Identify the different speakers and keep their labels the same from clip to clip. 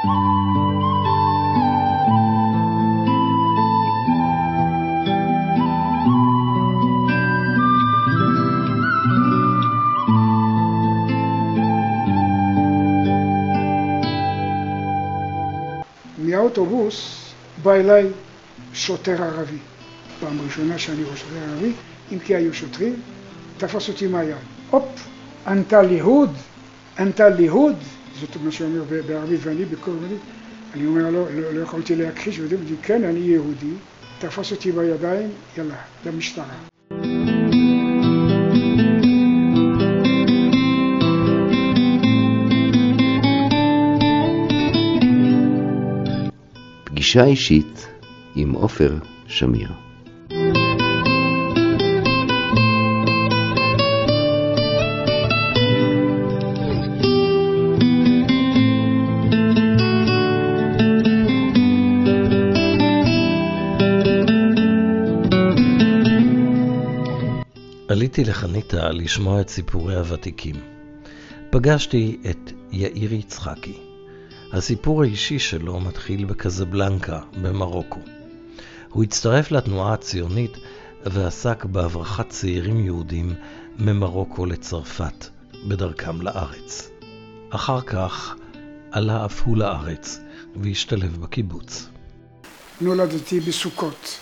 Speaker 1: מהאוטובוס בא אליי שוטר ערבי. פעם ראשונה שאני רואה שוטר ערבי, אם כי היו שוטרים, תפס אותי מהיד. הופ, אנתה ליהוד, זאת מה שאומר בערבית ואני בכל מיני. אני אומר לו, לא יכולתי להכחיש, הוא אומר, כן, אני יהודי. תפס אותי בידיים, יאללה, למשטרה.
Speaker 2: פגישה אישית עם עופר שמיר.
Speaker 3: עליתי לחניתה לשמוע את סיפורי הוותיקים. פגשתי את יאיר יצחקי. הסיפור האישי שלו מתחיל בקזבלנקה, במרוקו. הוא הצטרף לתנועה הציונית ועסק בהברחת צעירים יהודים ממרוקו לצרפת, בדרכם לארץ. אחר כך עלה אף הוא לארץ והשתלב בקיבוץ.
Speaker 1: נולדתי בסוכות,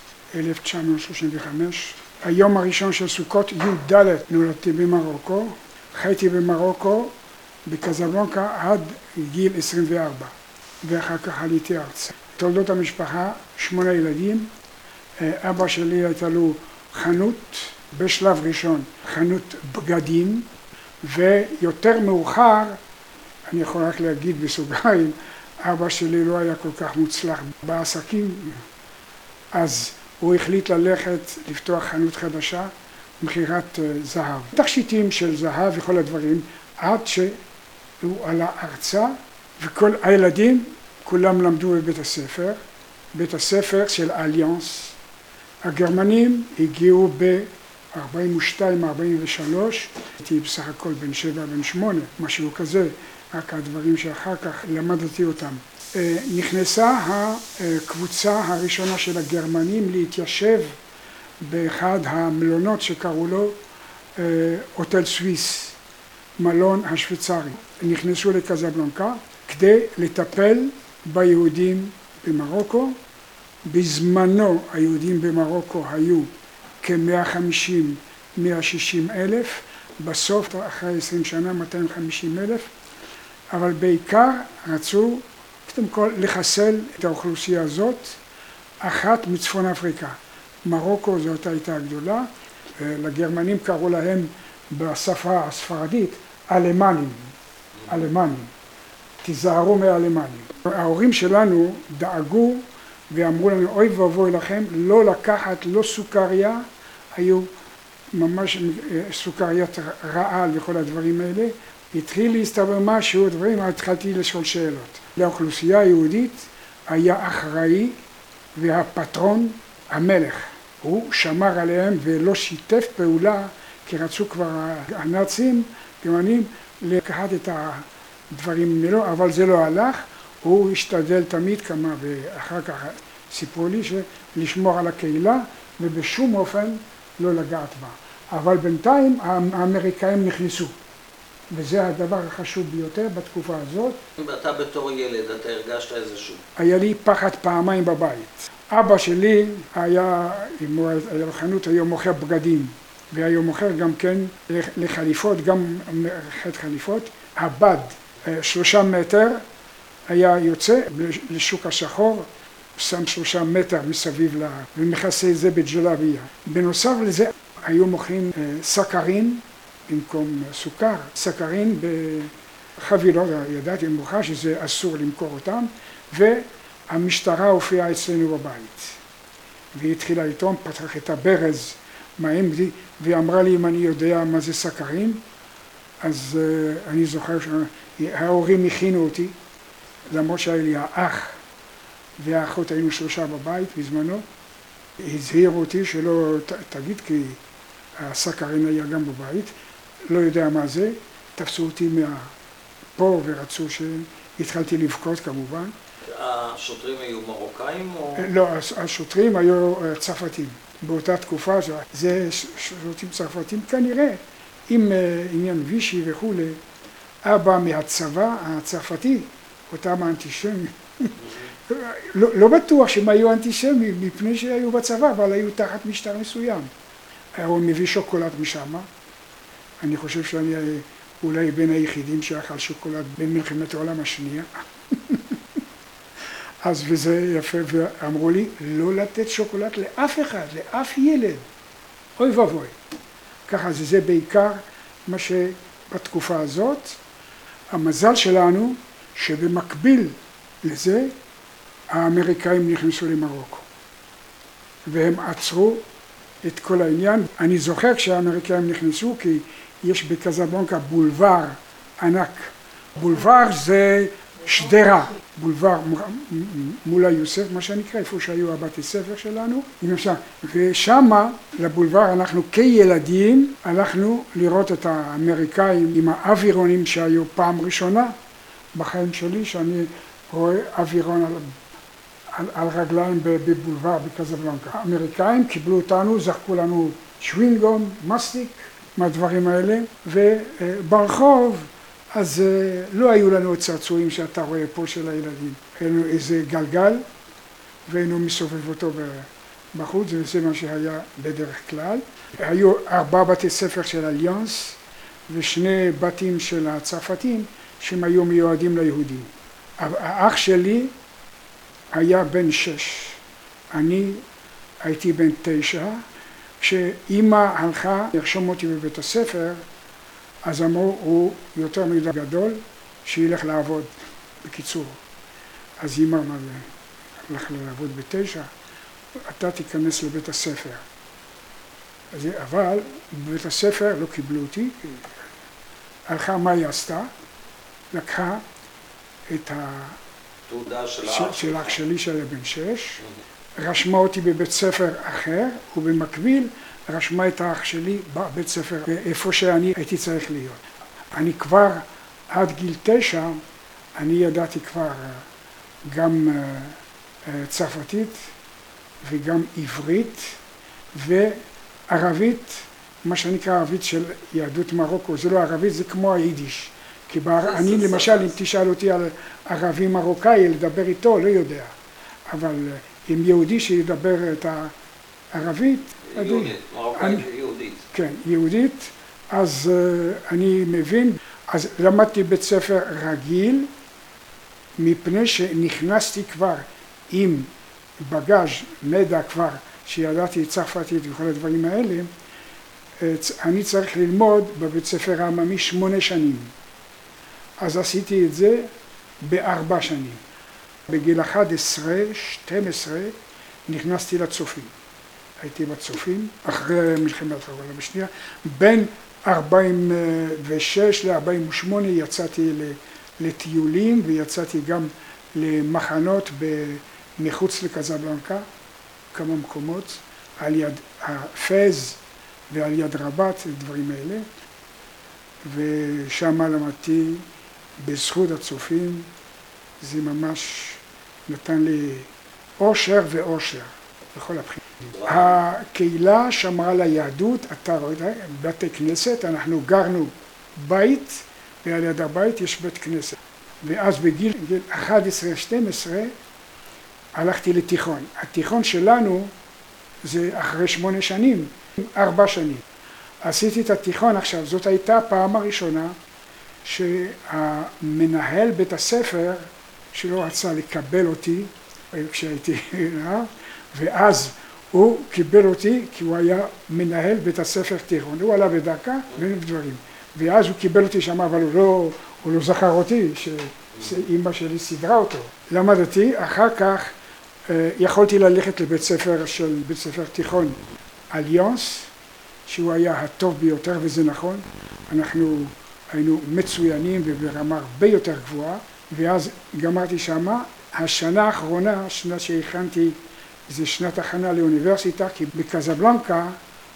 Speaker 1: 1935. היום הראשון של סוכות, י"ד, נולדתי במרוקו. חייתי במרוקו, בקזבלנקה עד גיל 24, ואחר כך עליתי ארצה. תולדות המשפחה, 8 ילדים. אבא שלי הייתה לו חנות, בשלב ראשון חנות בגדים, ויותר מאוחר, אני יכול רק להגיד בסוגריים, אבא שלי לא היה כל כך מוצלח בעסקים, אז הוא החליט ללכת לפתוח חנות חדשה, מכירת זהב. תכשיטים של זהב וכל הדברים, עד שהוא עלה ארצה, וכל הילדים כולם למדו בבית הספר, בית הספר של אליאנס. הגרמנים הגיעו ב-42-43, הייתי בסך הכל בן 7, בן 8, משהו כזה, רק הדברים שאחר כך למדתי אותם. נכנסה הקבוצה הראשונה של הגרמנים להתיישב באחד המלונות שקראו לו הוטל סוויס, מלון השוויצרי. נכנסו לקזבלנקה כדי לטפל ביהודים במרוקו. בזמנו היהודים במרוקו היו כ-150-160 אלף, בסוף אחרי 20 שנה 250 אלף, אבל בעיקר רצו קודם כל לחסל את האוכלוסייה הזאת, אחת מצפון אפריקה. מרוקו זאת הייתה גדולה, לגרמנים קראו להם בשפה הספרדית אלמנים, תיזהרו מהאלמנים. ההורים שלנו דאגו ואמרו לנו, אוי ואבוי לכם, לא לקחת לא סוכריה, היו ממש סוכריית רעל וכל הדברים האלה. התחיל להסתבר משהו, דברים, התחלתי לשאול שאלות. לאוכלוסייה היהודית היה אחראי והפטרון המלך. הוא שמר עליהם ולא שיתף פעולה, כי רצו כבר הנאצים, גרמנים, לקחת את הדברים ממנו, אבל זה לא הלך. הוא השתדל תמיד כמה, ואחר כך סיפרו לי לשמור על הקהילה, ובשום אופן לא לגעת בה. אבל בינתיים האמריקאים נכנסו. וזה הדבר החשוב ביותר בתקופה הזאת.
Speaker 3: ואתה בתור ילד, אתה הרגשת איזשהו?
Speaker 1: היה לי פחד פעמיים בבית. אבא שלי היה, אם הוא היה בחנות, היה מוכר בגדים, והיה מוכר גם כן לחליפות, גם מרחת חליפות. הבד, 3 מטר, היה יוצא לשוק השחור, שם 3 מטר מסביב ומכסה את זה בג'לביה. בנוסף לזה, היו מוכרים סכרין, במקום סוכר, סכרין בחבילות, ידעתי במוכר שזה אסור למכור אותם, והמשטרה הופיעה אצלנו בבית. והיא התחילה לטעום, פתח את הברז מים, והיא לי אם אני יודע מה זה סכרין, אז אני זוכר שההורים הכינו אותי, למרות שהיה לי האח והאחות, היינו 3 בבית בזמנו, הזהירו אותי שלא תגיד כי הסכרין היה גם בבית, לא יודע מה זה, תפסו אותי פה ורצו שהתחלתי לבכות כמובן.
Speaker 3: השוטרים היו מרוקאים או?
Speaker 1: לא, השוטרים היו צרפתים באותה תקופה, זה שוטרים צרפתים כנראה, עם עניין וישי וכולי, אבא מהצבא הצרפתי, אותם האנטישמים. לא בטוח שהם היו אנטישמים מפני שהיו בצבא, אבל היו תחת משטר מסוים. הוא מביא שוקולד משם, אני חושב שאני אולי בין היחידים שאכל שוקולד במלחמת העולם השנייה. אז וזה יפה, ואמרו לי לא לתת שוקולד לאף אחד, לאף ילד. אוי ואבוי. ככה זה בעיקר מה שבתקופה הזאת. המזל שלנו שבמקביל לזה האמריקאים נכנסו למרוקו. והם עצרו את כל העניין. אני זוכר כשהאמריקאים נכנסו כי יש בקזבלנקה בולבר ענק. בולבר זה שדרה, בולבר מול היוסף, מה שנקרא, איפה שהיו הבתי ספר שלנו. ושמה לבולבר אנחנו כילדים הלכנו לראות את האמריקאים עם האווירונים שהיו פעם ראשונה בחיים שלי, שאני רואה אווירון על רגליים בבולבר בקזבלנקה. האמריקאים קיבלו אותנו, זרקו לנו שווינגום, מסטיק, מהדברים האלה, וברחוב אז לא היו לנו צעצועים שאתה רואה פה של הילדים. היינו איזה גלגל והיינו מסובב אותו בחוץ, וזה מה שהיה בדרך כלל. היו 4 בתי ספר של אליאנס ושני בתים של הצרפתים שהם היו מיועדים ליהודים. האח שלי היה בן 6, אני הייתי בן 9, כשאימא הלכה לרשום אותי בבית הספר, אז אמרו, הוא יותר מדי גדול, שילך לעבוד, בקיצור. אז אימא אמרה, הלך לעבוד ב9, אתה תיכנס לבית הספר. אבל בבית הספר לא קיבלו אותי, הלכה מה היא עשתה? לקחה את
Speaker 3: התעודה
Speaker 1: של אח שלי של בן 6, רשמה אותי בבית ספר אחר, ובמקביל רשמה את האח שלי בבית ספר, איפה שאני הייתי צריך להיות. אני כבר עד גיל 9, אני ידעתי כבר גם צרפתית וגם עברית וערבית, מה שנקרא ערבית של יהדות מרוקו, זה לא ערבית, זה כמו היידיש. כי אני למשל, אם תשאל אותי על ערבי מרוקאי, לדבר איתו, לא יודע. אבל אם יהודי שידבר את הערבית,
Speaker 3: יהודית, מרוקאית יהודית.
Speaker 1: כן, יהודית, אז אני מבין. אז למדתי בית ספר רגיל, מפני שנכנסתי כבר עם בגאז' מידע כבר, שידעתי צרפתית וכל הדברים האלה, אני צריך ללמוד בבית ספר העממי 8 שנים. אז עשיתי את זה ב4 שנים. בגיל 11, 12, נכנסתי לצופים. הייתי בצופים, אחרי מלחמת העולם השנייה. בין 46 ל-48 יצאתי לטיולים, ויצאתי גם למחנות מחוץ לקזבלנקה, כמה מקומות, על יד פז ועל יד רבת, דברים האלה. ושם למדתי בזכות הצופים, זה ממש נתן לי אושר ואושר, בכל הבחינות. הקהילה שמרה על היהדות, אתה רואה, בתי כנסת, אנחנו גרנו בית, ועל יד הבית יש בית כנסת. ואז בגיל 11-12 הלכתי לתיכון. התיכון שלנו זה אחרי 8 שנים, 4 שנים. עשיתי את התיכון עכשיו, זאת הייתה הפעם הראשונה שהמנהל בית הספר שלא רצה לקבל אותי כשהייתי נער, ואז הוא קיבל אותי כי הוא היה מנהל בית הספר תיכון, הוא עלה בדקה ודברים, ואז הוא קיבל אותי שם, אבל הוא לא זכר אותי, שאימא שלי סידרה אותו. למדתי, אחר כך יכולתי ללכת לבית ספר של בית ספר תיכון אליאנס, שהוא היה הטוב ביותר, וזה נכון, אנחנו היינו מצוינים וברמה הרבה יותר גבוהה, ואז גמרתי שמה. השנה האחרונה, השנה שהכנתי, זה שנת הכנה לאוניברסיטה, כי בקזבלנקה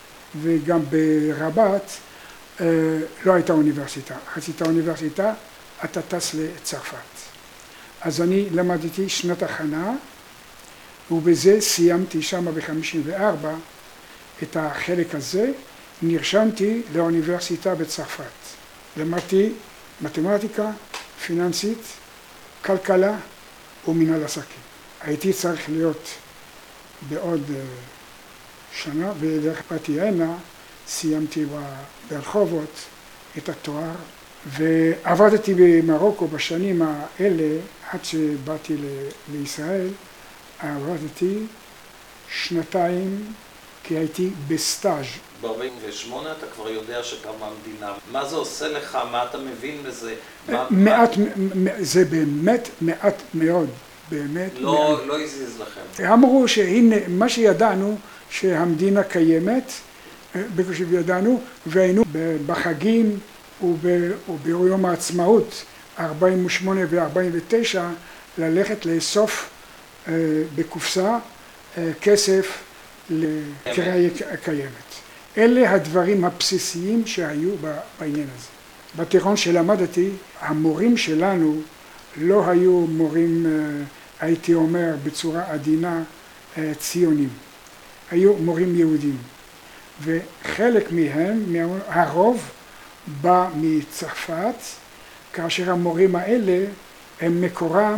Speaker 1: וגם ברבת לא הייתה אוניברסיטה. רציתי אוניברסיטה אתה טס לצרפת. אז אני למדתי שנת הכנה, ובזה סיימתי שם ב-54 את החלק הזה, נרשמתי לאוניברסיטה בצרפת. למדתי מתמטיקה, פיננסית, כלכלה ומנהל עסקים. הייתי צריך להיות בעוד שנה, ודרך באתי הנה, סיימתי ברחובות את התואר, ועבדתי במרוקו בשנים האלה, עד שבאתי לישראל, עבדתי שנתיים, כי הייתי בסטאז'.
Speaker 3: ב-48 אתה כבר יודע שקמה המדינה. מה זה עושה לך? מה אתה מבין בזה?
Speaker 1: זה באמת מעט מאוד, באמת.
Speaker 3: לא הזיז לכם.
Speaker 1: אמרו שהנה, מה שידענו, שהמדינה קיימת, בקושי ידענו, והיינו בחגים וביום העצמאות, 48 ו-49, ללכת לאסוף בקופסה כסף לקריה קיימת. אלה הדברים הבסיסיים שהיו בעניין הזה. בתיכון שלמדתי, המורים שלנו לא היו מורים, הייתי אומר בצורה עדינה, ציונים. היו מורים יהודים. וחלק מהם, הרוב, בא מצרפת, כאשר המורים האלה הם מקורם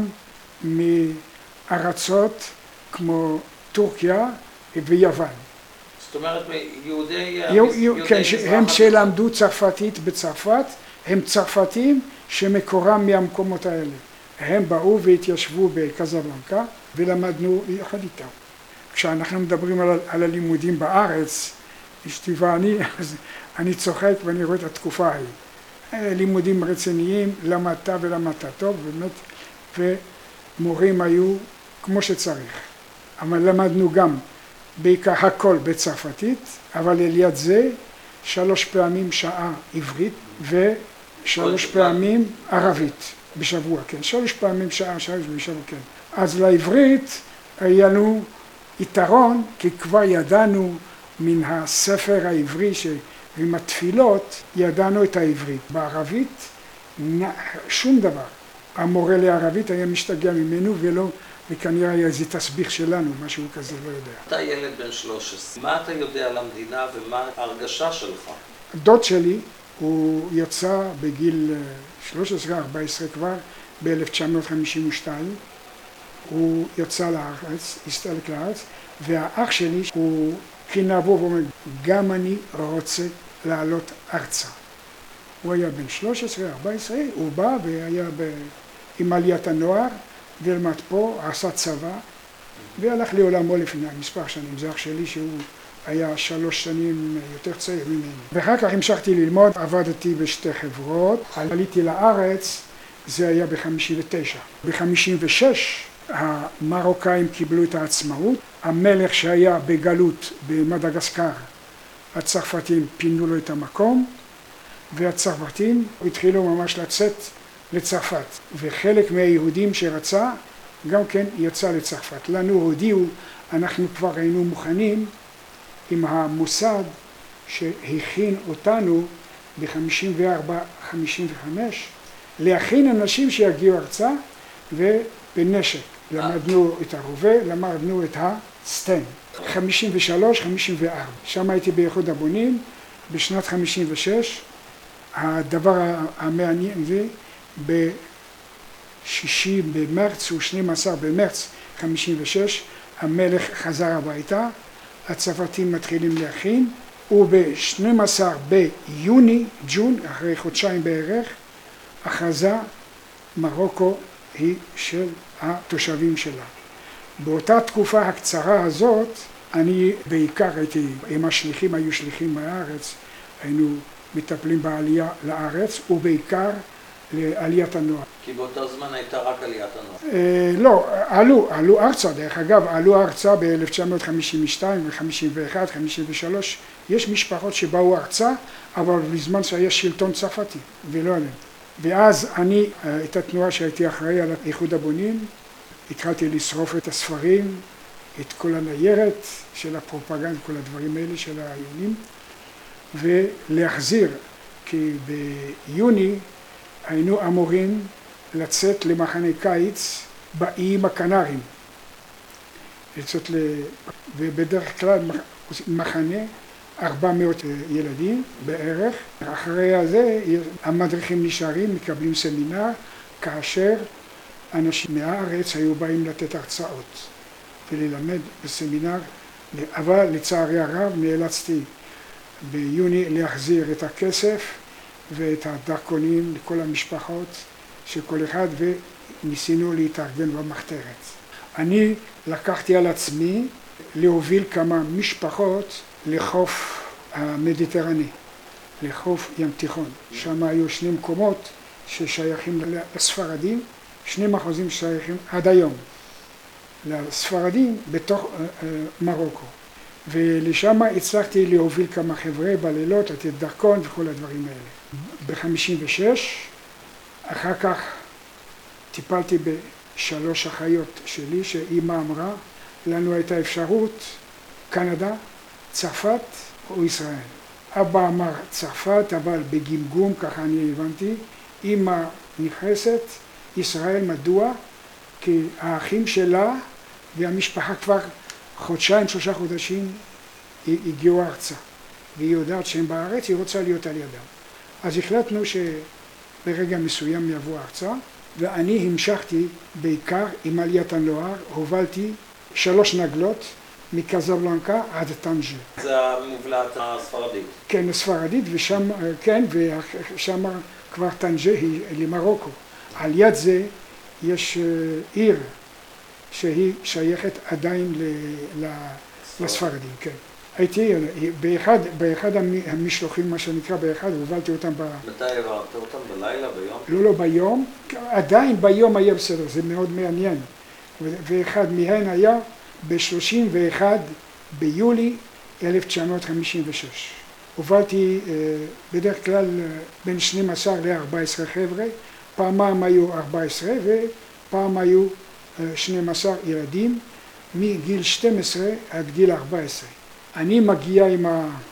Speaker 1: מארצות כמו טורקיה ויוון.
Speaker 3: זאת אומרת, יהודי...
Speaker 1: כן, הם שלמדו צרפתית בצרפת, הם צרפתים שמקורם מהמקומות האלה. הם באו והתיישבו בקזבלנקה ולמדנו יחד איתם. כשאנחנו מדברים על הלימודים בארץ, אשתי ואני, אני צוחק ואני רואה את התקופה ההיא. לימודים רציניים, למדת ולמדת טוב, באמת, ומורים היו כמו שצריך. אבל למדנו גם בעיקר הכל בצרפתית, אבל ליד זה 3 פעמים שעה עברית ו3 פעמים ערבית בשבוע, כן. 3 פעמים שעה בשבוע, כן. אז לעברית היה לנו יתרון, כי כבר ידענו מן הספר העברי עם התפילות, ידענו את העברית. בערבית שום דבר. המורה לערבית היה משתגע ממנו וכנראה היה איזה תסביך שלנו, משהו כזה, לא יודע.
Speaker 3: אתה ילד בן 13, מה אתה יודע על המדינה ומה ההרגשה שלך?
Speaker 1: דוד שלי, הוא יצא בגיל 13-14 כבר, ב-1952, הוא יצא לארץ, הסתלק לארץ, והאח שלי, הוא קינה בו ואומר, גם אני רוצה לעלות ארצה. הוא היה בן 13-14, הוא בא והיה עם עליית הנוער, ולמד פה, עשה צבא, והלך לעולמו לפני מספר שנים. זה אח שלי שהוא היה 3 שנים יותר צעיר ממני. ואחר כך המשכתי ללמוד, עבדתי בשתי חברות, עליתי לארץ, זה היה ב-59. ב-56 המרוקאים קיבלו את העצמאות, המלך שהיה בגלות במדגסקר, הצרפתים פינו לו את המקום, והצרפתים התחילו ממש לצאת לצרפת, וחלק מהיהודים שרצה גם כן יצא לצרפת. לנו הודיעו, אנחנו כבר היינו מוכנים עם המוסד שהכין אותנו ב-54-55 להכין אנשים שיגיעו ארצה ובנשק. למדנו את הרובה, למדנו את הסטן. 53-54. שם הייתי באיחוד הבונים בשנת 56. הדבר המעניין זה ב-6 במרץ או 12 במרץ 56 המלך חזר הביתה, הצרפתים מתחילים להכין, וב-12 ביוני, ג'ון, אחרי חודשיים בערך, הכרזה מרוקו היא של התושבים שלה. באותה תקופה הקצרה הזאת, אני בעיקר הייתי עם השליחים, היו שליחים מהארץ, היינו מטפלים בעלייה לארץ, ובעיקר לעליית הנוער.
Speaker 3: כי באותו זמן הייתה רק עליית הנוער.
Speaker 1: לא, עלו ארצה, דרך אגב, עלו ארצה ב-1952 ו-51, 53, יש משפחות שבאו ארצה, אבל בזמן שהיה שלטון צרפתי, ולא עליהם. ואז אני, את התנועה שהייתי אחראי על איחוד הבונים, התחלתי לשרוף את הספרים, את כל הניירת של הפרופגנדה, כל הדברים האלה של היהודים, ולהחזיר, כי ביוני היינו אמורים לצאת למחנה קיץ באיים הקנריים. ובדרך כלל מחנה 400 ילדים בערך. אחרי זה המדריכים נשארים, מקבלים סמינר, כאשר אנשים מהארץ היו באים לתת הרצאות וללמד בסמינר, אבל לצערי הרב נאלצתי ביוני להחזיר את הכסף ואת הדרכונים לכל המשפחות של כל אחד, וניסינו להתארגן במחתרת. אני לקחתי על עצמי להוביל כמה משפחות לחוף המדיטרני, לחוף ים תיכון. שם היו 2 מקומות ששייכים לספרדים, 2 מחוזים שייכים עד היום לספרדים בתוך מרוקו. ולשם הצלחתי להוביל כמה חבר'ה בלילות, לתת דרכון וכל הדברים האלה. ב-56, אחר כך טיפלתי ב3 אחיות שלי, שאמא אמרה, לנו הייתה אפשרות, קנדה, צרפת או ישראל. אבא אמר צרפת, אבל בגמגום, ככה אני הבנתי. אמא נכנסת, ישראל, מדוע? כי האחים שלה והמשפחה כבר 2-3 חודשים הגיעו ארצה, והיא יודעת שהם בארץ, היא רוצה להיות על ידם. אז החלטנו שברגע מסוים יבוא ארצה, ואני המשכתי בעיקר עם עליית הנוער, הובלתי 3 נגלות מקזבלנקה עד טנג'ה.
Speaker 3: זה המובלעת הספרדית.
Speaker 1: כן, הספרדית, ושם, כן, ושם כבר טנג'ה היא למרוקו. על יד זה יש עיר שהיא שייכת עדיין לספרדים, כן. הייתי באחד המשלוחים, מה שנקרא, הובלתי אותם
Speaker 3: מתי העברת אותם? בלילה, ביום?
Speaker 1: לא, ביום. עדיין ביום היה בסדר, זה מאוד מעניין. ואחד מהן היה ב-31 ביולי 1956. הובלתי בדרך כלל בין 12 ל-14 חבר'ה, פעמם היו 14 ופעם היו 12 ילדים מגיל 12 עד גיל 14. אני מגיע עם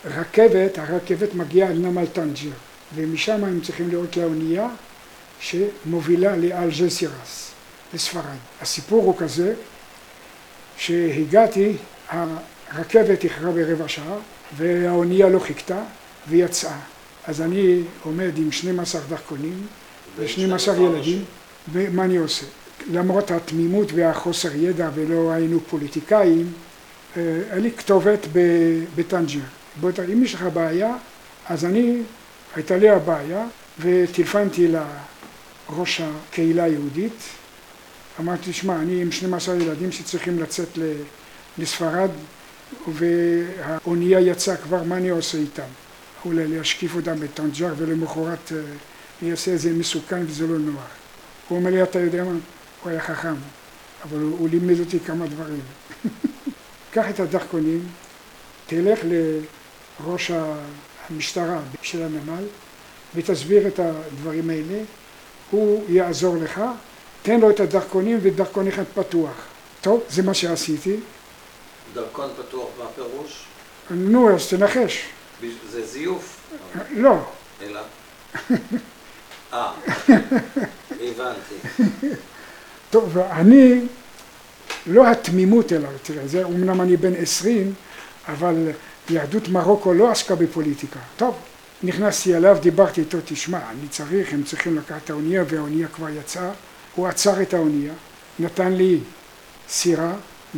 Speaker 1: הרכבת מגיעה עד נמל טנג'ר, ומשם הם צריכים לראות לאונייה שמובילה לאלג'סירס, לספרד. הסיפור הוא כזה שהגעתי, הרכבת איחרה ברבע שעה והאונייה לא חיכתה ויצאה. אז אני עומד עם 12 דרכונים ו12 ילדים, ומה אני עושה? למרות התמימות והחוסר ידע ולא היינו פוליטיקאים, היה לי כתובת בטנג'ר. אם יש לך בעיה, אז הייתה לי הבעיה, וטלפנתי לראש הקהילה היהודית. אמרתי, שמע, אני עם 12 ילדים שצריכים לצאת לספרד, והאונייה יצאה כבר, מה אני עושה איתם? אולי להשקיף אותם בטנג'ר, ולמחרת אני אעשה איזה מסוכן וזה לא נוח. הוא אומר לי, אתה יודע מה? הוא היה חכם, אבל הוא לימד אותי כמה דברים. קח את הדרכונים, תלך לראש המשטרה של הנמל, ותסביר את הדברים האלה, הוא יעזור לך, תן לו את הדרכונים ודרכון אחד פתוח. טוב, זה מה שעשיתי.
Speaker 3: דרכון פתוח מה פירוש?
Speaker 1: נו, אז תנחש.
Speaker 3: זה זיוף?
Speaker 1: לא.
Speaker 3: אלא? הבנתי.
Speaker 1: טוב, ואני, לא התמימות אלא, תראה, זה אמנם אני בן 20, אבל יהדות מרוקו לא עסקה בפוליטיקה. טוב, נכנסתי אליו, דיברתי איתו, תשמע, הם צריכים לקחת את האונייה, והאונייה כבר יצאה. הוא עצר את האונייה, נתן לי סירה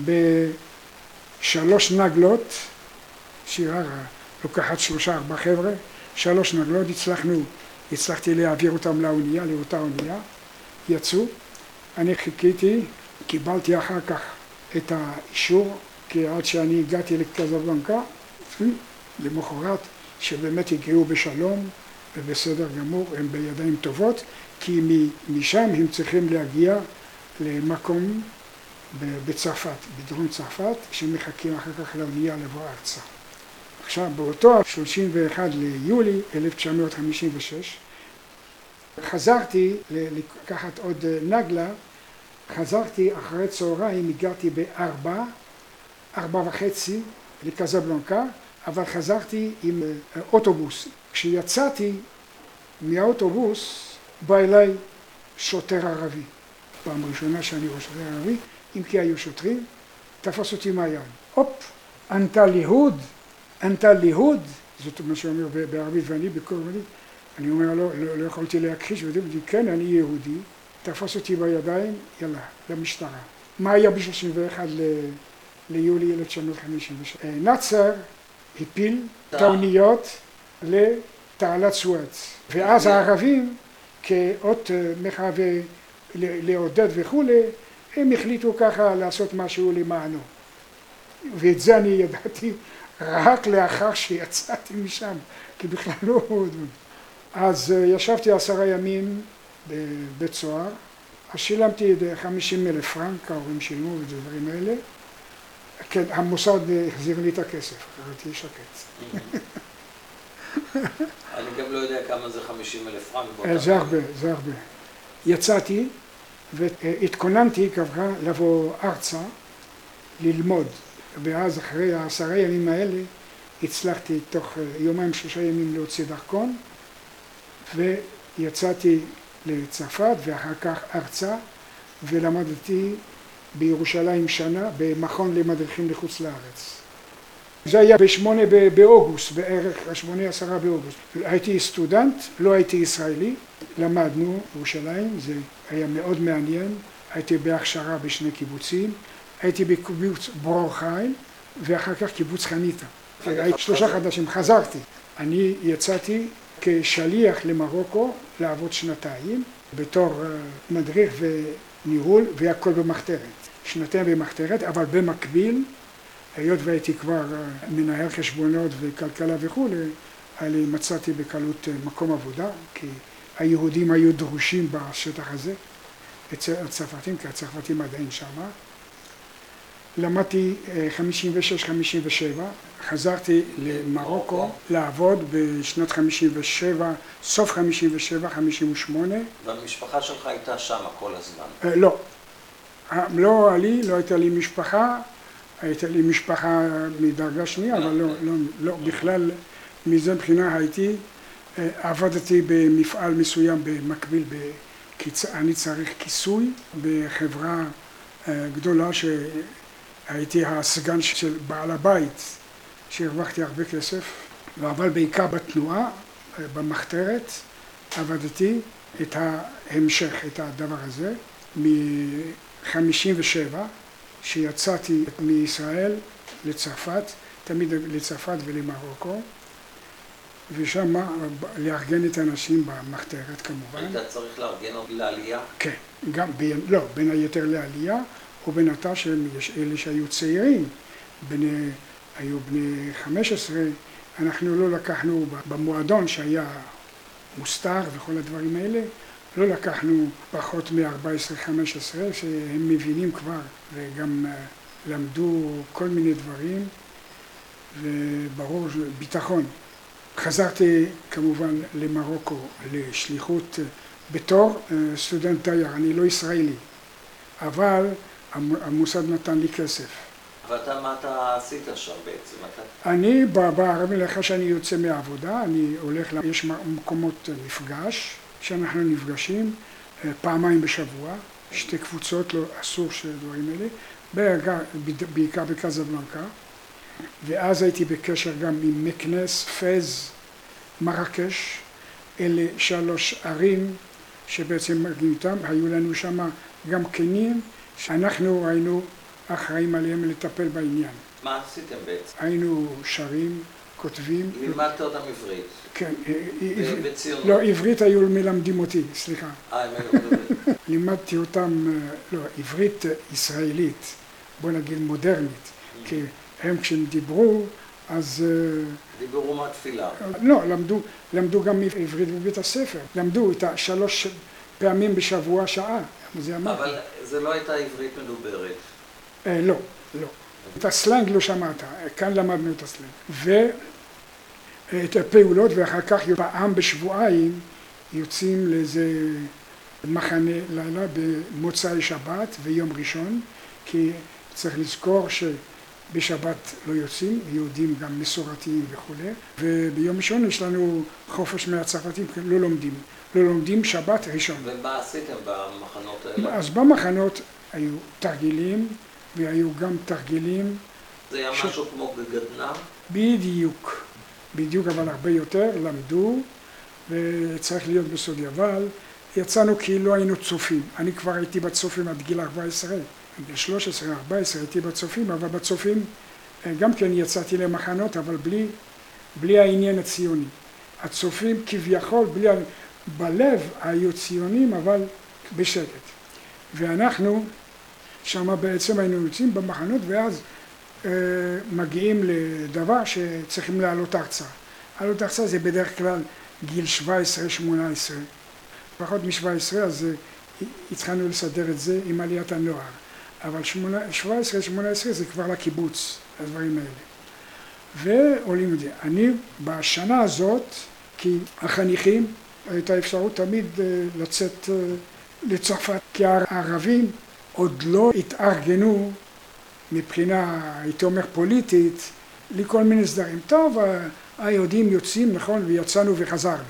Speaker 1: ב3 נגלות, סירה לוקחת 3-4 חבר'ה, 3 נגלות, הצלחתי להעביר אותם לאונייה, לאותה אונייה, יצאו, אני חיכיתי, קיבלתי אחר כך את האישור, כי עד שאני הגעתי לקזבלנקה, למחרת שבאמת הגיעו בשלום ובסדר גמור, הם בידיים טובות, כי משם הם צריכים להגיע למקום בצרפת, בדרום צרפת, שמחכים אחר כך לאונייה לבוא ארצה. עכשיו, באותו 31 ליולי 1956, חזרתי לקחת עוד נגלה, חזרתי אחרי צהריים, הגעתי ב4:30 לקזבלנקה, אבל חזרתי עם אוטובוס. כשיצאתי מהאוטובוס, בא אליי שוטר ערבי. פעם ראשונה שאני רואה שוטר ערבי, אם כי היו שוטרים, תפס אותי מהיד. הופ, אנטה ליהוד, זאת מה שאומר בערבית ואני בקור ערבית. אני אומר לו, לא יכולתי להכחיש, והוא אמר, כן, אני יהודי. תפס אותי בידיים, יאללה, למשטרה. מה היה ב-31 ליולי 1956? נאצר הפיל טעוניות לתעלת סואץ. ואז הערבים, כאות מחאה לעודד וכולי, הם החליטו ככה לעשות משהו למענו. ואת זה אני ידעתי רק לאחר שיצאתי משם, כי בכלל לא הודו. אז ישבתי 10 ימים בבית סוהר, אז שילמתי 50,000 פרנק, ההורים שילמו ואת הדברים האלה. כן, המוסד החזיר לי את הכסף, אחרת שקט.
Speaker 3: אני גם לא יודע כמה זה 50,000 פרנק.
Speaker 1: זה הרבה. יצאתי והתכוננתי ככה לבוא ארצה, ללמוד. ואז אחרי 10 ימים האלה הצלחתי תוך 2-3 ימים להוציא דרכון, ויצאתי לצרפת ואחר כך ארצה, ולמדתי בירושלים שנה במכון למדריכים לחוץ לארץ. זה היה ב8 באוגוסט, בערך 8-10 באוגוסט. הייתי סטודנט, לא הייתי ישראלי, למדנו בירושלים, זה היה מאוד מעניין. הייתי בהכשרה בשני קיבוצים, הייתי בקיבוץ ברור חיל ואחר כך קיבוץ חניתה. הייתי 3 חודשים, חזרתי. אני יצאתי כשליח למרוקו לעבוד 2 בתור מדריך וניהול והכל במחתרת. 2 במחתרת, אבל במקביל, היות והייתי כבר מנהל חשבונות וכלכלה וכו', מצאתי בקלות מקום עבודה, כי היהודים היו דרושים בשטח הזה, אצל הצרפתים, כי הצרפתים עדיין שמה. למדתי 56-57, חזרתי למרוקו לעבוד בשנת 57, סוף 57, 58.
Speaker 3: והמשפחה שלך הייתה שמה כל הזמן?
Speaker 1: לא. לא הייתה לי משפחה, הייתה לי משפחה מדרגה שנייה, אבל לא, בכלל, מזה מבחינה הייתי, עבדתי במפעל מסוים במקביל, אני צריך כיסוי בחברה גדולה שהייתי הסגן של בעל הבית, שהרווחתי הרבה כסף, אבל בעיקר בתנועה, במחתרת, עבדתי את ההמשך, את הדבר הזה, מ-57, שיצאתי מישראל לצרפת, תמיד לצרפת ולמרוקו, ושם לארגן את האנשים במחתרת כמובן.
Speaker 3: היית צריך לארגן לעלייה?
Speaker 1: כן, גם, בין היתר לעלייה, ובין היתר אלה שהיו צעירים, היו בני 15, אנחנו לא לקחנו במועדון שהיה מוסתר וכל הדברים האלה, לא לקחנו פחות מ-14-15 שהם מבינים כבר וגם למדו כל מיני דברים וברור ביטחון. חזרתי כמובן למרוקו לשליחות בתור סטודנט תייר, אני לא ישראלי, אבל המוסד נתן לי כסף.
Speaker 3: ואתה, מה אתה עשית שם בעצם?
Speaker 1: אני בערב לאחר שאני יוצא מהעבודה, אני הולך, יש מקומות מפגש שאנחנו נפגשים 2 בשבוע, 2 קבוצות, לא אסור שדברים האלה, בעיקר בקזבלנקה, ואז הייתי בקשר גם עם מקנס, פז, מרקש, אלה 3 ערים שבעצם מרגיעים אותם, היו לנו שם גם קנים שאנחנו היינו אחראים עליהם לטפל בעניין.
Speaker 3: מה עשיתם בעצם?
Speaker 1: היינו שרים, כותבים.
Speaker 3: לימדת אותם עברית?
Speaker 1: כן.
Speaker 3: בציונות?
Speaker 1: לא, עברית היו מלמדים אותי, סליחה.
Speaker 3: הם היו
Speaker 1: לימדתי אותם, לא, עברית ישראלית, בוא נגיד מודרנית, כי הם כשהם דיברו, אז...
Speaker 3: דיברו מהתפילה?
Speaker 1: לא, למדו גם עברית בבית הספר, למדו את 3 פעמים בשבוע שעה.
Speaker 3: אבל זה לא הייתה עברית מדוברת?
Speaker 1: לא. את הסלנג לא שמעת, כאן למדנו את הסלנג. ואת הפעולות, ואחר כך פעם בשבועיים יוצאים לאיזה מחנה לילה במוצאי שבת ויום ראשון, כי צריך לזכור בשבת לא יוצאים, יהודים גם מסורתיים וכו', וביום ראשון יש לנו חופש מהצרפתים, לא לומדים. לא לומדים שבת ראשון.
Speaker 3: ומה עשיתם במחנות האלה?
Speaker 1: אז במחנות היו תרגילים, והיו גם תרגילים.
Speaker 3: זה היה משהו כמו בגדנ"ע?
Speaker 1: בדיוק. בדיוק, אבל הרבה יותר, למדו, וצריך להיות בסודי, אבל יצאנו כאילו היינו צופים. אני כבר הייתי בצופים עד גיל 14, בגיל 13, 14 הייתי בצופים, אבל בצופים גם כן יצאתי למחנות, אבל בלי העניין הציוני. הצופים כביכול, בלב היו ציונים, אבל בשקט. ואנחנו שם בעצם היינו יוצאים במחנות, ואז מגיעים לדבר שצריכים לעלות ארצה. לעלות ארצה זה בדרך כלל גיל 17-18. פחות מ-17, אז התחלנו לסדר את זה עם עליית הנוער. אבל 17-18 זה כבר לקיבוץ, הדברים האלה. ועולים את זה. אני בשנה הזאת, כי החניכים, הייתה אפשרות תמיד לצאת לצרפת, כי הערבים עוד לא התארגנו מבחינה, הייתי אומר, פוליטית, לכל מיני סדרים. טוב, היהודים יוצאים, נכון, ויצאנו וחזרנו.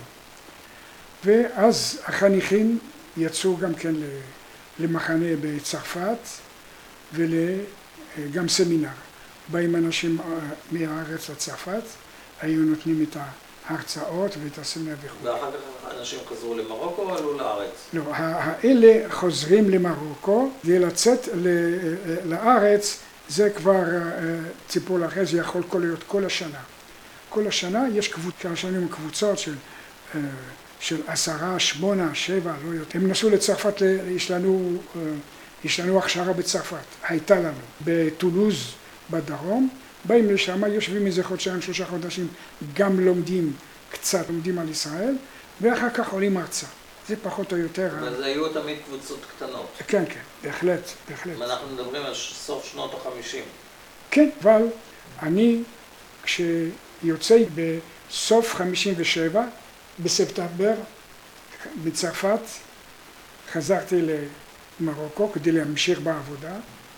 Speaker 1: ואז החניכים יצאו גם כן למחנה בצרפת וגם סמינר. באים אנשים מהארץ לצרפת, היו נותנים את ההרצאות ואת הסמינר וכו'.
Speaker 3: ואחר כך אנשים חזרו למרוקו או עלו לארץ?
Speaker 1: לא, האלה חוזרים למרוקו, ולצאת לארץ זה כבר ציפור אחרי, זה יכול להיות כל השנה. כל השנה יש קבוצות של 10, 8, 7, לא יותר. הם נסעו לצרפת, יש לנו הכשרה בצרפת, הייתה לנו. בטולוז בדרום, באים לשם, יושבים איזה חודשיים, 3 חודשים, גם לומדים קצת, לומדים על ישראל, ואחר כך עולים ארצה. זה פחות או יותר.
Speaker 3: אבל זה היו תמיד קבוצות קטנות.
Speaker 1: כן, כן, בהחלט, בהחלט.
Speaker 3: אנחנו מדברים על סוף שנות ה-50.
Speaker 1: כן, אבל אני, כשיוצא בסוף 57, בספטמבר, בצרפת, חזרתי למרוקו כדי להמשיך בעבודה,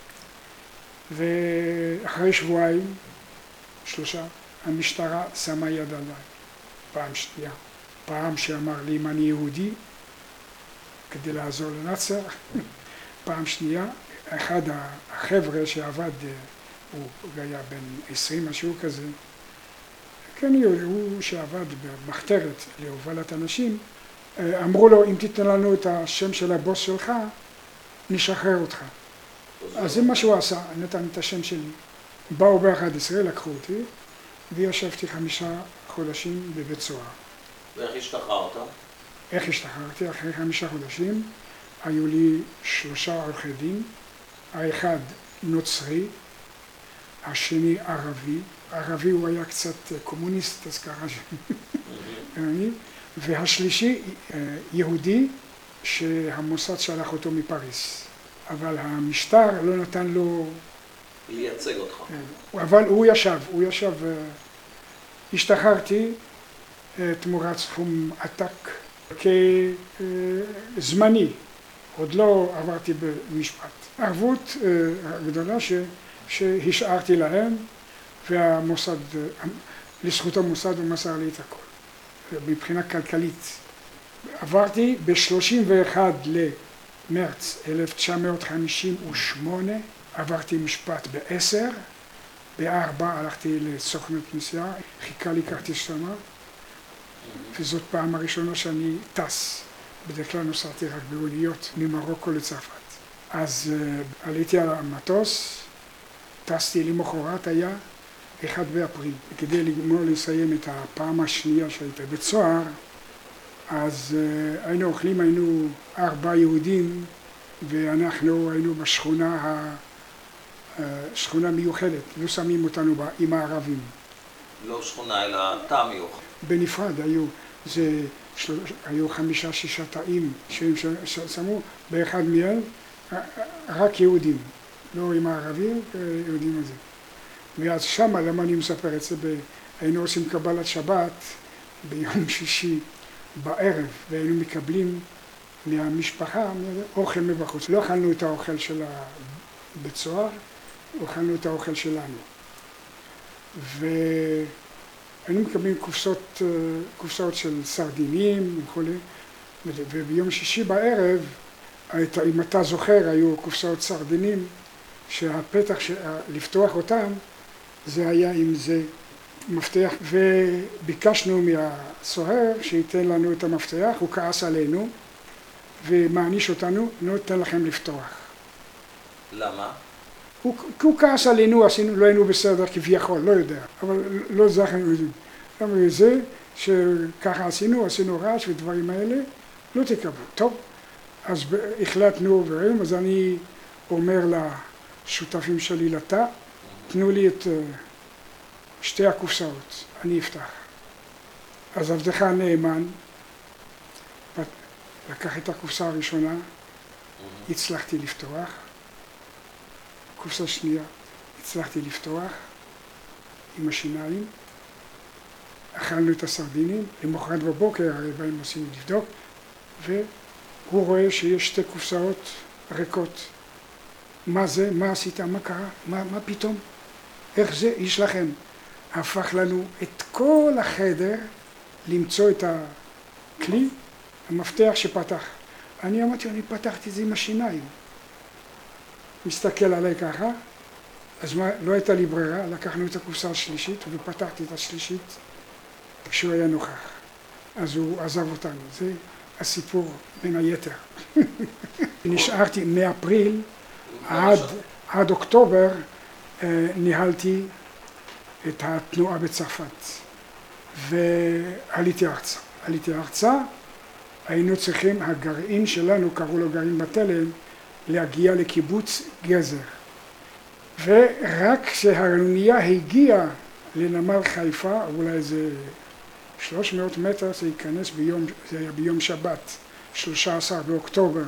Speaker 1: ואחרי שבועיים, 3, המשטרה שמה יד עליי, פעם שנייה. פעם שאמר לי אם אני יהודי, כדי לעזור לנאצר, פעם שנייה, אחד החבר'ה שעבד, הוא היה בן 20, משהו כזה, כן, הוא שעבד במחתרת להובלת אנשים, אמרו לו, אם תיתן לנו את השם של הבוס שלך, נשחרר אותך. אז זה מה שהוא עשה, נתן את השם שלי. באו ב-11, לקחו אותי, וישבתי 5 חודשים בבית סוהר.
Speaker 3: ואיך השתחררת?
Speaker 1: איך השתחררתי? אחרי 5 חודשים, היו לי 3 עורכי דין, האחד נוצרי, השני ערבי, ערבי הוא היה קצת קומוניסט, אז ככה והשלישי יהודי שהמוסד שלח אותו מפריס, אבל המשטר לא נתן לו
Speaker 3: לייצג אותך.
Speaker 1: אבל הוא ישב, השתחררתי תמורת סכום עתק כזמני, עוד לא עברתי במשפט. ערבות גדולה שהשארתי להם, והמוסד, לזכות המוסד הוא מסר לי את הכל, מבחינה כלכלית. עברתי ב-31 למרץ 1958, עברתי משפט ב-10, ב-4 הלכתי לסוכנות נסיעה, חיכה לי כרטיס שמה, וזאת פעם הראשונה שאני טס. בדרך כלל נוסעתי רק באוניות ממרוקו לצרפת. אז עליתי על המטוס, טסתי למחרת היה 1 באפריל. כדי לגמור לסיים את הפעם השנייה שהייתה בבית סוהר, אז היינו אוכלים, היינו 4 יהודים, ואנחנו היינו בשכונה שכונה מיוחדת, לא שמים אותנו עם הערבים.
Speaker 3: לא שכונה, אלא תא מיוחד.
Speaker 1: בנפרד היו 5-6 תאים ששמו, באחד מהם רק יהודים, לא עם הערבים, יהודים הזה. ואז שמה, למה אני מספר את זה, היינו עושים קבלת שבת ביום שישי בערב, והיינו מקבלים מהמשפחה אוכל מבחוץ. לא אכלנו את האוכל של הבית סוהר, אוכלנו את האוכל שלנו. והיינו מקבלים קופסאות של סרדינים וכו'. וביום שישי בערב, אם אתה זוכר, היו קופסאות סרדינים, שהפתח לפתוח אותם, זה היה עם זה מפתח, וביקשנו מהסוהר שייתן לנו את המפתח, הוא כעס עלינו, ומעניש אותנו, לא נותן לכם לפתוח.
Speaker 3: למה?
Speaker 1: הוא כעס עלינו, לא היינו בסדר כביכול, לא יודע, אבל לא זכרנו את זה. למה זה שככה עשינו רעש ודברים האלה, לא תקבלו. טוב, אז החלטנו וראינו, אז אני אומר לשותפים שלי לתא, תנו לי את שתי הקופסאות, אני אפתח. אז עבדך הנאמן לקח את הקופסה הראשונה, הצלחתי לפתוח, קופסה שנייה, הצלחתי לפתוח עם השיניים, אכלנו את הסרדינים, למחרת בבוקר הרי באים עושים לבדוק, והוא רואה שיש שתי קופסאות ריקות. מה זה? מה עשית? מה קרה? מה פתאום? איך זה? יש לכם. הפך לנו את כל החדר למצוא את הכלי, המפתח שפתח. אני אמרתי, אני פתחתי את זה עם השיניים. מסתכל עליי ככה, אז לא הייתה לי ברירה, לקחנו את הקופסה השלישית ופתחתי את השלישית כשהוא היה נוכח. אז הוא עזב אותנו, זה הסיפור בין היתר. נשארתי מאפריל עד אוקטובר, ניהלתי את התנועה בצרפת ועליתי ארצה, היינו צריכים, הגרעין שלנו, קראו לו גרעין בתלם, להגיע לקיבוץ גזר. ורק כשהאונייה הגיעה לנמל חיפה, אולי איזה 300 מטר, זה ייכנס זה היה ביום שבת, 13 באוקטובר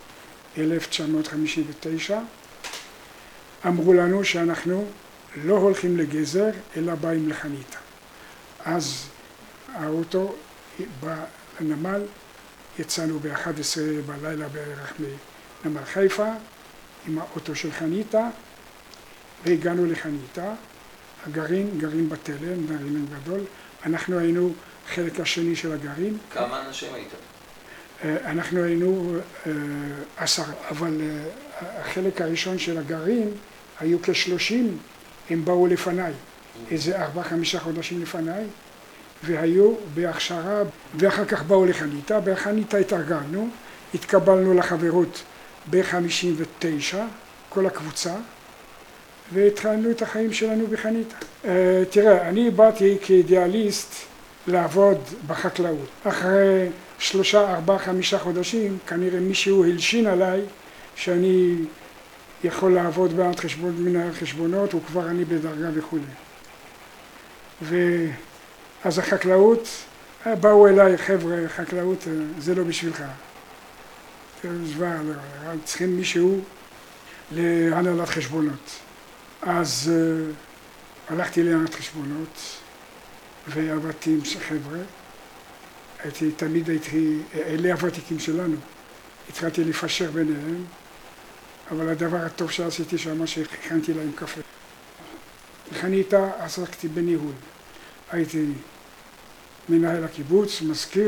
Speaker 1: 1959, אמרו לנו שאנחנו לא הולכים לגזר, אלא באים לחניתה. אז האוטו בא לנמל, יצאנו ב-11 בלילה בערך מנמל חיפה, עם האוטו של חניתה, והגענו לחניתה. הגרעין, גרעין בתלם, גרעין גדול, אנחנו היינו חלק השני של הגרעין.
Speaker 3: כמה אנשים הייתם?
Speaker 1: אנחנו היינו 10, אבל החלק הראשון של הגרעין היו כ-30, הם באו לפניי, איזה 4-5 חודשים לפניי, והיו בהכשרה, ואחר כך באו לחניתה, בחניתה התארגנו, התקבלנו לחברות ב-59, כל הקבוצה, והתחלנו את החיים שלנו בחניתה. תראה, אני באתי כאידיאליסט לעבוד בחקלאות. אחרי 3, 4, 5 חודשים, כנראה מישהו הלשין עליי שאני יכול לעבוד מנהל חשבונות, וכבר אני בדרגה וכו'. ואז החקלאות, באו אליי חבר'ה, חקלאות זה לא בשבילך. צריכים מישהו להנהלת חשבונות. אז הלכתי להנהלת חשבונות ועבדתי עם חבר'ה. אלה הוותיקים שלנו. התחלתי לפשר ביניהם, אבל הדבר הטוב שעשיתי שם, שהכנתי להם קפה. בחניתה עסקתי בניהול. הייתי מנהל הקיבוץ, מזכיר,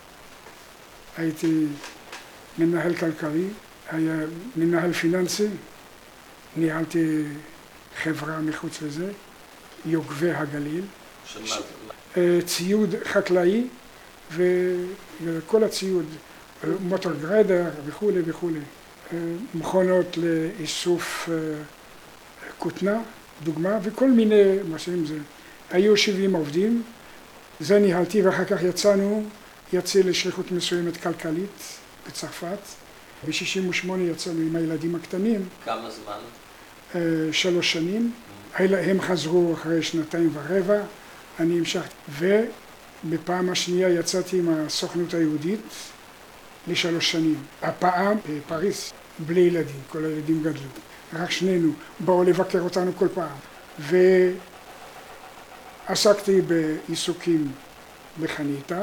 Speaker 1: הייתי מנהל כלכלי, היה מנהל פיננסי, ניהלתי חברה מחוץ לזה, יוגבי הגליל. ציוד חקלאי וכל הציוד, מוטור גרדר וכו' וכו'. מכונות לאיסוף כותנה, דוגמה, וכל מיני משאים זה. היו 70 עובדים, זה ניהלתי, ואחר כך יצא לשליחות מסוימת כלכלית בצרפת. ב-68 יצאנו עם הילדים הקטנים.
Speaker 3: כמה זמן?
Speaker 1: 3 שנים. הם חזרו אחרי 2.25, אני המשכתי. ובפעם השנייה יצאתי עם הסוכנות היהודית ל3 שנים. הפעם בפריז, בלי ילדים, כל הילדים גדלו. רק שנינו באו לבקר אותנו כל פעם. ועסקתי בעיסוקים בחניתה,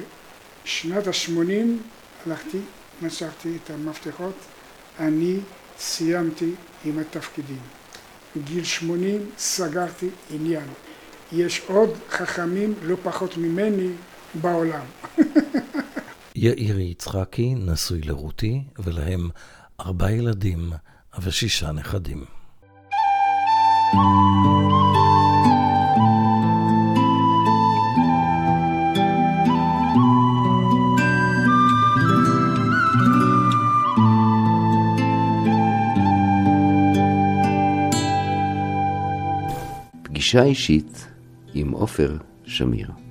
Speaker 1: ובשנת ה-80 הלכתי, מסרתי את המפתחות, אני סיימתי עם התפקידים. גיל 80 סגרתי עניין. יש עוד חכמים לא פחות ממני בעולם.
Speaker 4: יאיר יצחקי נשוי לרותי, ולהם 4 ילדים ו6 נכדים.
Speaker 2: פגישה אישית עם עופר שמיר.